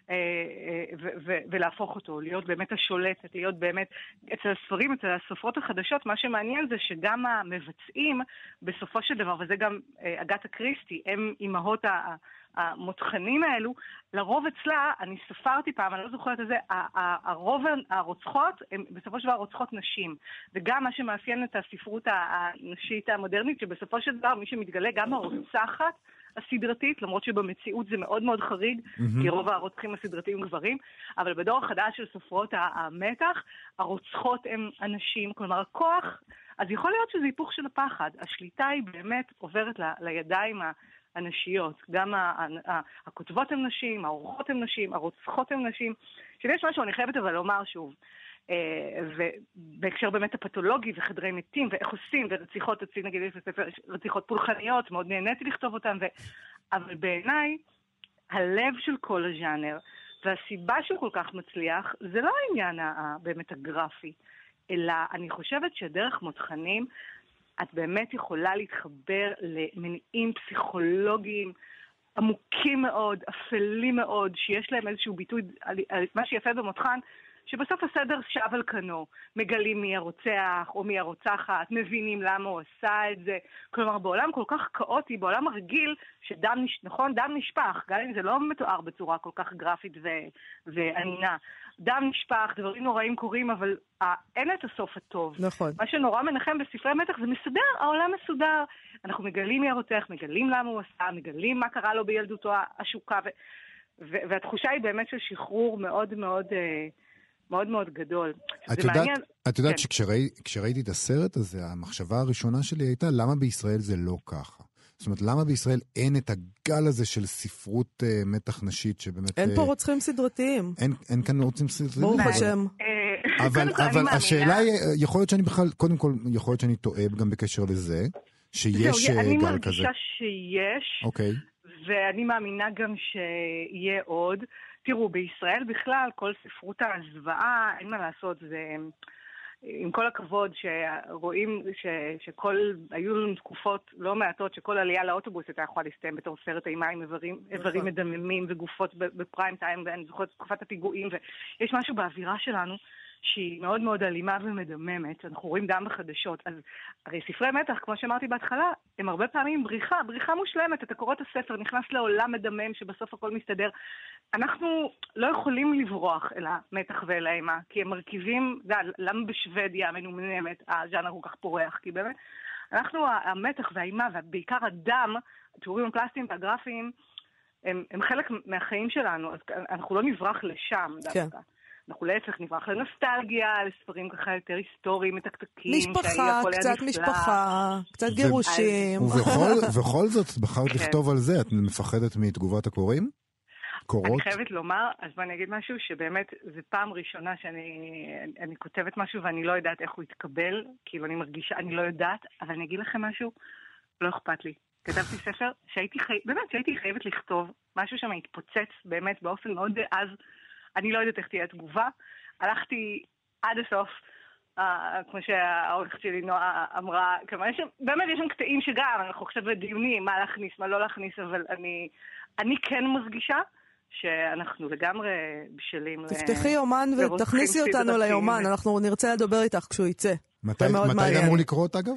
ולהפוך אותו, להיות באמת השולטת, להיות באמת, אצל הספרים, אצל הסופרות החדשות, מה שמעניין זה שגם המבצעים בסופו של דבר, וזה גם אגתה קריסטי, הם אימהות המותחנים האלו, לרוב אצלה, אני ספרתי פעם, אני לא זוכרת את זה, הרוב הרוצחות, הם בסופו של דבר רוצחות נשים. וגם מה שמאפיין את הספרות הנשית המודרנית, שבסופו של דבר מי שמתגלה גם הרוצחת הסדרתית, למרות שבמציאות זה מאוד מאוד חריג, mm-hmm. כי רוב הרוצחים הסדרתיים גברים, אבל בדור החדש של סופרות המתח, הרוצחות הם אנשים, כלומר הכוח, אז יכול להיות שזה היפוך של הפחד. השליטה היא באמת עוברת ל, לידיים הנשיות. גם הכותבות הן נשים, העורכות הן נשים, הרוצחות הן נשים. שיש משהו, אני חייבת אבל לומר שוב, ובהקשר באמת הפתולוגי וחדרי מתים ואיך עושים ורציחות, נגיד רציחות פולחניות, מאוד נהניתי לכתוב אותן, ו... אבל בעיניי הלב של כל הז'אנר והסיבה שהוא כל כך מצליח זה לא העניין באמת הגרפי, אלא אני חושבת שדרך מותחנים את באמת יכולה להתחבר למניעים פסיכולוגיים עמוקים מאוד, אפלים מאוד, שיש להם איזשהו ביטוי, מה שיפה במותחן, שבסוף הסדר שב על כנו, מגלים מי הרוצח או מי הרוצחת, מבינים למה הוא עשה את זה. כלומר, בעולם כל כך כאוטי, בעולם הרגיל, שדם נש... נכון, דם נשפח, גם אם זה לא מתואר בצורה כל כך גרפית ו... וענינה. דם נשפח, דברים נוראים קורים, אבל אה, אין את הסוף הטוב. נכון. מה שנורא מנחם בספרי מתח זה מסודר, העולם מסודר. אנחנו מגלים מי הרוצח, מגלים למה הוא עשה, מגלים מה קרה לו בילדותו השוקה, ו... ו... והתחושה היא באמת של שחרור מאוד מאוד... אה, מאוד מאוד גדול. את יודעת, את יודעת שכשראיתי את הסרט הזה, המחשבה הראשונה שלי הייתה, למה בישראל זה לא ככה? זאת אומרת, למה בישראל אין את הגל הזה של ספרות מתח נשית שבאמת... אין פה רוצחים סדרתיים. אין כאן רוצחים סדרתיים. ברוך השם. אבל השאלה היא, יכול להיות שאני בכלל, קודם כל, יכול להיות שאני טועה גם בקשר לזה, שיש גל כזה. אני מרגישה שיש, אוקיי. ואני מאמינה גם שיהיה עוד. תראו, בישראל בכלל, כל ספרות הזוועה, אין מה לעשות, זה, עם כל הכבוד שרואים ש, שכל, היו לנו תקופות לא מעטות, שכל עלייה לאוטובוס הייתה יכולה להסתיים בתור סרט אימה עם איברים, איברים מדממים וגופות בפריים טיים, ואני זוכרת תקופת הפיגועים, ויש משהו באווירה שלנו, שהיא מאוד מאוד אלימה ומדממת, אנחנו רואים דם בחדשות, אז הרי ספרי מתח, כמו שאמרתי בהתחלה, הם הרבה פעמים בריחה, בריחה מושלמת, אתה קורא את הספר, נכנס לעולם מדמם שבסוף הכל מסתדר, אנחנו לא יכולים לברוח אל המתח ואל האימה, כי הם מרכיבים, למה בשוודיה המנומנמת, הז'אנר כל כך פורח, כי באמת, אנחנו, המתח והאימה, ובעיקר הדם, התיאורים הפלסטיים והגרפיים, הם, הם חלק מהחיים שלנו, אז אנחנו לא נברח לשם דווקא. אנחנו להפך נברח לנוסטלגיה, לספרים ככה יותר היסטוריים, מתקתקים. משפחה, קצת משפחה, קצת גירושים. ובכל זאת בחרת לכתוב על זה, את מפחדת מתגובת הקוראים? קורות? אני חייבת לומר, אז בוא אני אגיד משהו, שבאמת זו פעם ראשונה שאני כותבת משהו ואני לא יודעת איך הוא יתקבל, כאילו אני מרגישה, אני לא יודעת, אבל אני אגיד לכם משהו, לא אכפת לי. כתבתי ספר שהייתי חייבת, באמת שהייתי חייבת לכתוב, משהו שם התפוצץ באמת באופן מאוד אז, אני לא יודעת איך תהיה התגובה. הלכתי עד הסוף, אה, כמו שהעורכת שלי נועה אמרה, כמה, יש, באמת יש שם קטעים שגם, אנחנו עכשיו בדיונים, מה להכניס, מה לא להכניס, אבל אני, אני כן מרגישה שאנחנו לגמרי בשלים. תפתחי יומן ותכניסי אותנו ליומן, אנחנו נרצה לדבר איתך כשהוא יצא. מתי זה אמור לקרות אגב?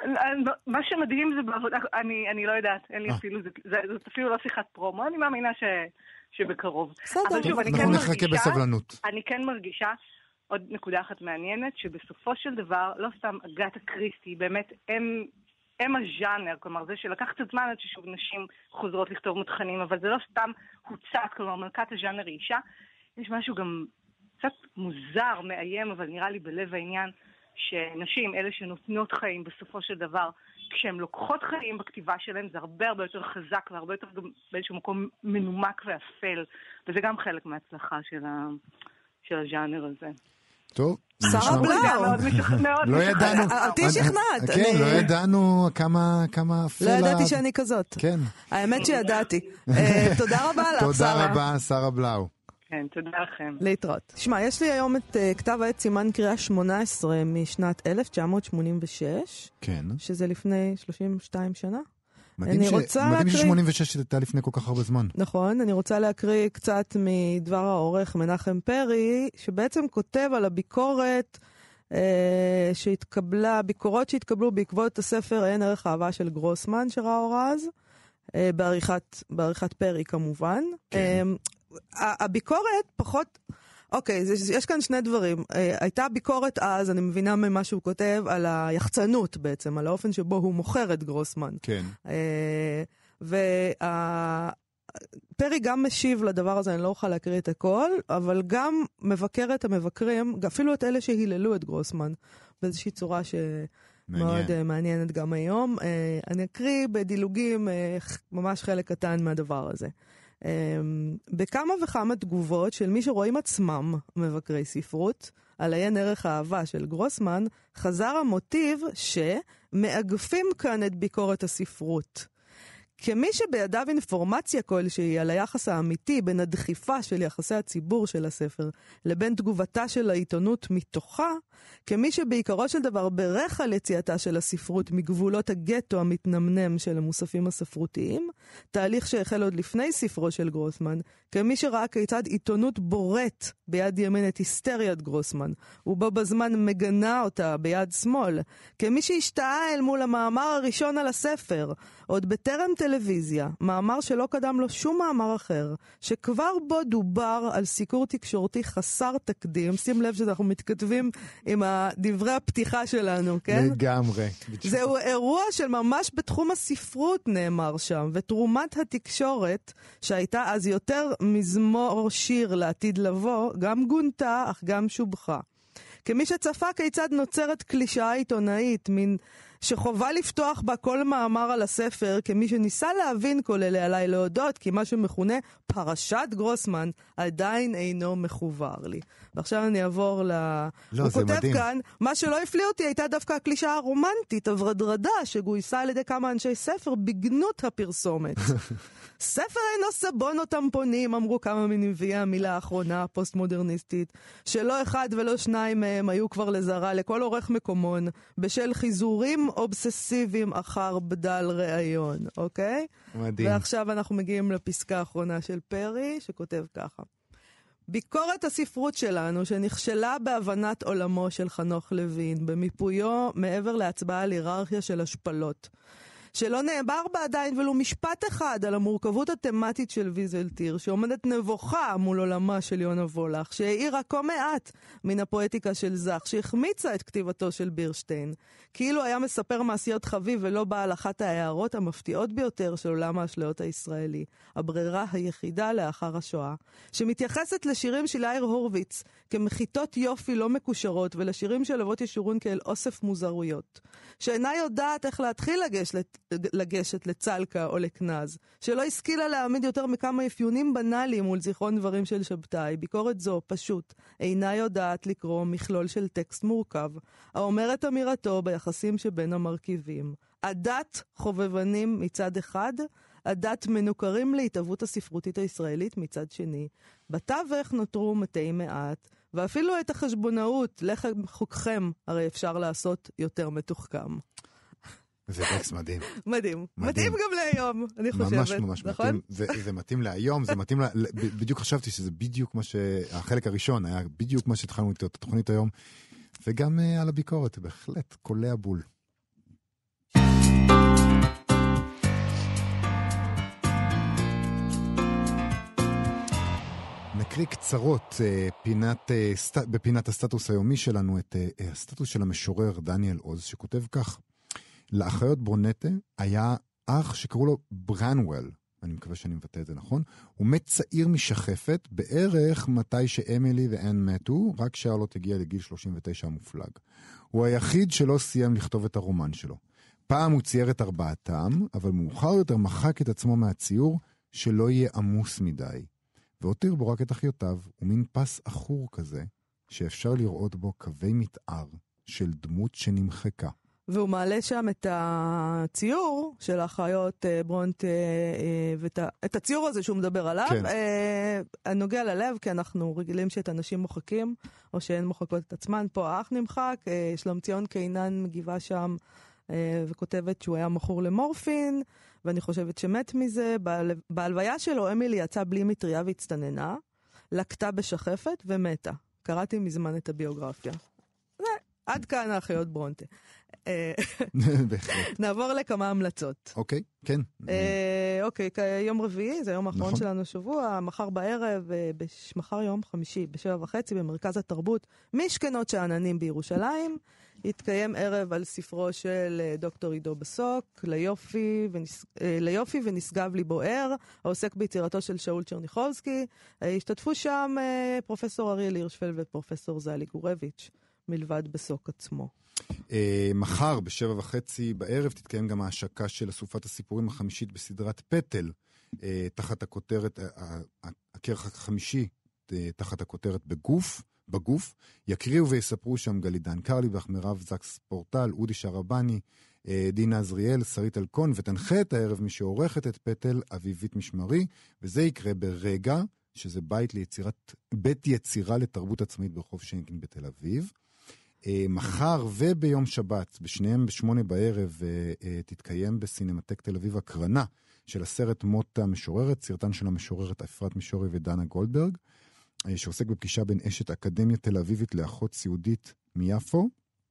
מה שמדהים זה בעבודה, אני, אני לא יודעת, אין לי אפילו, זה, זה, זה אפילו לא שיחת פרומו, אני מאמינה ש... שבקרוב. בסדר, שוב, אנחנו נחכה בסבלנות. אני כן מרגישה, עוד נקודה אחת מעניינת, שבסופו של דבר, לא סתם אגתה קריסטי, באמת הם, הם הז'אנר, כלומר זה שלקח קצת זמן עד ששוב נשים חוזרות לכתוב מותחנים, אבל זה לא סתם הוצאת, כלומר מלכת הז'אנר היא אישה, יש משהו גם קצת מוזר, מאיים, אבל נראה לי בלב העניין, שנשים, אלה שנותנות חיים בסופו של דבר, כשהן לוקחות חיים בכתיבה שלהן, זה הרבה הרבה יותר חזק והרבה יותר גם באיזשהו מקום מנומק ואפל, וזה גם חלק מההצלחה של, ה... של הז'אנר הזה. טוב. שרה בלאו. לא ידענו. אותי שכנעת. כן, לא ידענו כמה אפל. לא ידעתי שאני כזאת. כן. האמת שידעתי. תודה רבה לך, שרה. תודה רבה, שרה בלאו. כן, תודה לכם. להתראות. תשמע, יש לי היום את uh, כתב העת סימן קריאה שמונה עשרה משנת אלף תשע מאות שמונים ושש. כן. שזה לפני שלושים ושתיים שנה. מדהים ש-שמונים ושש הייתה לפני כל כך הרבה זמן. נכון, אני רוצה להקריא קצת מדבר העורך מנחם פרי, שבעצם כותב על הביקורת אה, שהתקבלה, ביקורות שהתקבלו בעקבות הספר אין ערך אהבה של גרוסמן שראה אור אז, אה, בעריכת, בעריכת פרי כמובן. כן. אה, הביקורת פחות... אוקיי, זה, יש כאן שני דברים. אה, הייתה ביקורת אז, אני מבינה ממה שהוא כותב, על היחצנות בעצם, על האופן שבו הוא מוכר את גרוסמן. כן. אה, ופרי גם משיב לדבר הזה, אני לא אוכל להקריא את הכל, אבל גם מבקר את המבקרים, אפילו את אלה שהיללו את גרוסמן, באיזושהי צורה ש... מאוד uh, מעניינת גם היום. Uh, אני אקריא בדילוגים uh, ממש חלק קטן מהדבר הזה. Um, בכמה וכמה תגובות של מי שרואים עצמם מבקרי ספרות, על עיין ערך האהבה של גרוסמן, חזר המוטיב שמאגפים כאן את ביקורת הספרות. כמי שבידיו אינפורמציה כלשהי על היחס האמיתי בין הדחיפה של יחסי הציבור של הספר לבין תגובתה של העיתונות מתוכה, כמי שבעיקרו של דבר ברך על יציאתה של הספרות מגבולות הגטו המתנמנם של המוספים הספרותיים, תהליך שהחל עוד לפני ספרו של גרוסמן, כמי שראה כיצד עיתונות בורט ביד ימין את היסטריית גרוסמן, ובו בזמן מגנה אותה ביד שמאל, כמי שהשתאה אל מול המאמר הראשון על הספר, עוד בטרם טלוויזיה, מאמר שלא קדם לו שום מאמר אחר, שכבר בו דובר על סיקור תקשורתי חסר תקדים. שים לב שאנחנו מתכתבים עם דברי הפתיחה שלנו, כן? לגמרי. זהו אירוע של ממש בתחום הספרות נאמר שם, ותרומת התקשורת, שהייתה אז יותר מזמור שיר לעתיד לבוא, גם גונתה, אך גם שובחה. כמי שצפה כיצד נוצרת קלישאה עיתונאית, מין שחובה לפתוח בה כל מאמר על הספר, כמי שניסה להבין כל אלה עליי להודות, כי מה שמכונה פרשת גרוסמן עדיין אינו מחובר לי. ועכשיו אני אעבור ל... לא, הוא כותב מדהים. כאן, מה שלא הפליא אותי הייתה דווקא הקלישאה הרומנטית, הוורדרדה, שגויסה על ידי כמה אנשי ספר בגנות הפרסומת. ספר אינו סבון או טמפונים, אמרו כמה מנביאי המילה האחרונה הפוסט-מודרניסטית, שלא אחד ולא שניים מהם היו כבר לזרה לכל עורך מקומון, בשל חיזורים אובססיביים אחר בדל ראיון, אוקיי? מדהים. ועכשיו אנחנו מגיעים לפסקה האחרונה של פרי, שכותב ככה. ביקורת הספרות שלנו, שנכשלה בהבנת עולמו של חנוך לוין, במיפויו מעבר להצבעה על היררכיה של השפלות, שלא נאמר בה עדיין ולו משפט אחד על המורכבות התמטית של ויזלטיר, שעומדת נבוכה מול עולמה של יונה וולך, שהעירה כה מעט מן הפואטיקה של זך, שהחמיצה את כתיבתו של בירשטיין, כאילו היה מספר מעשיות חביב ולא בעל אחת ההערות המפתיעות ביותר של עולם האשליות הישראלי, הברירה היחידה לאחר השואה, שמתייחסת לשירים של יאיר הורוביץ כמחיתות יופי לא מקושרות, ולשירים של אבות ישורון כאל אוסף מוזרויות, שאינה יודעת איך להתחיל לגשת, לגשת לצלקה או לקנז, שלא השכילה להעמיד יותר מכמה אפיונים בנאליים מול זיכרון דברים של שבתאי. ביקורת זו פשוט אינה יודעת לקרוא מכלול של טקסט מורכב, האומר את אמירתו ביחסים שבין המרכיבים. עדת חובבנים מצד אחד, עדת מנוכרים להתאבות הספרותית הישראלית מצד שני. בתווך נותרו מתי מעט, ואפילו את החשבונאות, לחם חוקכם, הרי אפשר לעשות יותר מתוחכם. זה טקסט מדהים. מדהים. מדהים גם להיום, אני חושבת. ממש ממש מתאים. זה מתאים להיום, זה מתאים, בדיוק חשבתי שזה בדיוק מה שהחלק הראשון היה בדיוק מה שהתחלנו את התוכנית היום, וגם על הביקורת, בהחלט, קולע בול. נקריא קצרות פינת, בפינת הסטטוס היומי שלנו, את הסטטוס של המשורר דניאל עוז, שכותב כך: לאחיות ברונטה היה אח שקראו לו ברנוול, אני מקווה שאני מבטא את זה נכון, הוא מת צעיר משחפת, בערך מתי שאמילי ואן מתו, רק שרלוט הגיע לגיל שלושים ותשע המופלג. הוא היחיד שלא סיים לכתוב את הרומן שלו. פעם הוא צייר את ארבעתם, אבל מאוחר יותר מחק את עצמו מהציור שלא יהיה עמוס מדי. והותיר בו רק את אחיותיו, ומין פס אחור כזה, שאפשר לראות בו קווי מתאר של דמות שנמחקה. והוא מעלה שם את הציור של האחיות ברונט, ואת הציור הזה שהוא מדבר עליו, כן. הנוגע ללב, כי אנחנו רגילים שאת אנשים מוחקים, או שהן מוחקות את עצמן. פה האח נמחק, שלומציון קינן מגיבה שם, וכותבת שהוא היה מכור למורפין, ואני חושבת שמת מזה. בהלוויה שלו אמילי יצאה בלי מטריה והצטננה, לקטה בשחפת ומתה. קראתי מזמן את הביוגרפיה. עד כאן האחיות ברונטה. נעבור לכמה המלצות. אוקיי, כן. אוקיי, יום רביעי, זה היום האחרון שלנו השבוע, מחר בערב, מחר יום חמישי, בשבע וחצי, במרכז התרבות, משכנות שעננים בירושלים, יתקיים ערב על ספרו של דוקטור עידו בסוק, ליופי, ונס... ליופי ונשגב לי בוער, העוסק ביצירתו של שאול צ'רניחובסקי. השתתפו שם פרופסור אריאל הירשפלד ופרופסור זלי גורביץ'. מלבד בסוק עצמו. מחר בשבע וחצי בערב תתקיים גם ההשקה של אסופת הסיפורים החמישית בסדרת פטל, תחת הכותרת, הכרך החמישי תחת הכותרת בגוף, בגוף, יקריאו ויספרו שם גלידן קרליבך, מירב זקס פורטל, אודי שרבני, דינה עזריאל, שרית אלקון, ותנחה את הערב מי שעורכת את פטל, אביבית משמרי, וזה יקרה ברגע, שזה בית ליצירת, בית יצירה לתרבות עצמאית ברחוב שיינקין בתל אביב. מחר וביום שבת, בשניהם בשמונה בערב, תתקיים בסינמטק תל אביב הקרנה של הסרט מות המשוררת, סרטן של המשוררת אפרת מישורי ודנה גולדברג, שעוסק בפגישה בין אשת אקדמיה תל אביבית לאחות סיעודית מיפו.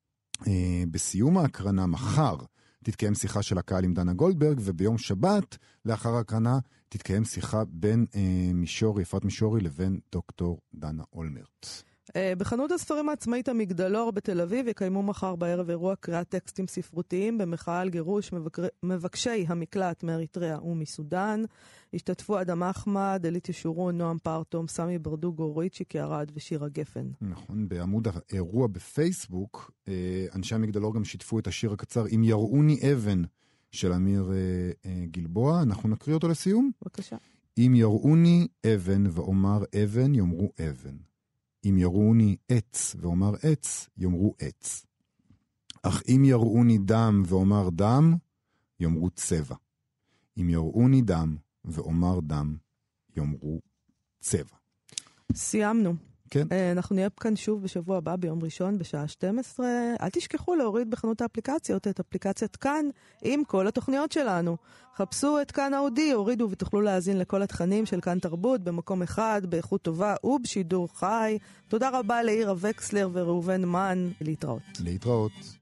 בסיום ההקרנה מחר תתקיים שיחה של הקהל עם דנה גולדברג, וביום שבת לאחר ההקרנה תתקיים שיחה בין מישורי, אפרת מישורי, לבין דוקטור דנה אולמרט. בחנות הספרים העצמאית המגדלור בתל אביב יקיימו מחר בערב אירוע קריאת טקסטים ספרותיים במחאה על גירוש מבקר... מבקשי המקלט מאריתריאה ומסודן. השתתפו אדם אחמד, אלית ישורון, נועם פרטום, סמי ברדוגו, ריצ'י ארד ושירה גפן. נכון, בעמוד האירוע בפייסבוק, אנשי המגדלור גם שיתפו את השיר הקצר אם יראוני אבן של אמיר גלבוע. אנחנו נקריא אותו לסיום. בבקשה. אם יראוני אבן ואומר אבן, יאמרו אבן. אם יראוני עץ ואומר עץ, יאמרו עץ. אך אם יראוני דם ואומר דם, יאמרו צבע. אם יראוני דם ואומר דם, יאמרו צבע. סיימנו. כן. אנחנו נהיה כאן שוב בשבוע הבא ביום ראשון בשעה שתים עשרה. אל תשכחו להוריד בחנות האפליקציות את אפליקציית כאן עם כל התוכניות שלנו. חפשו את כאן אודי, הורידו ותוכלו להאזין לכל התכנים של כאן תרבות במקום אחד, באיכות טובה ובשידור חי. תודה רבה לעירה וקסלר וראובן מן. להתראות. להתראות.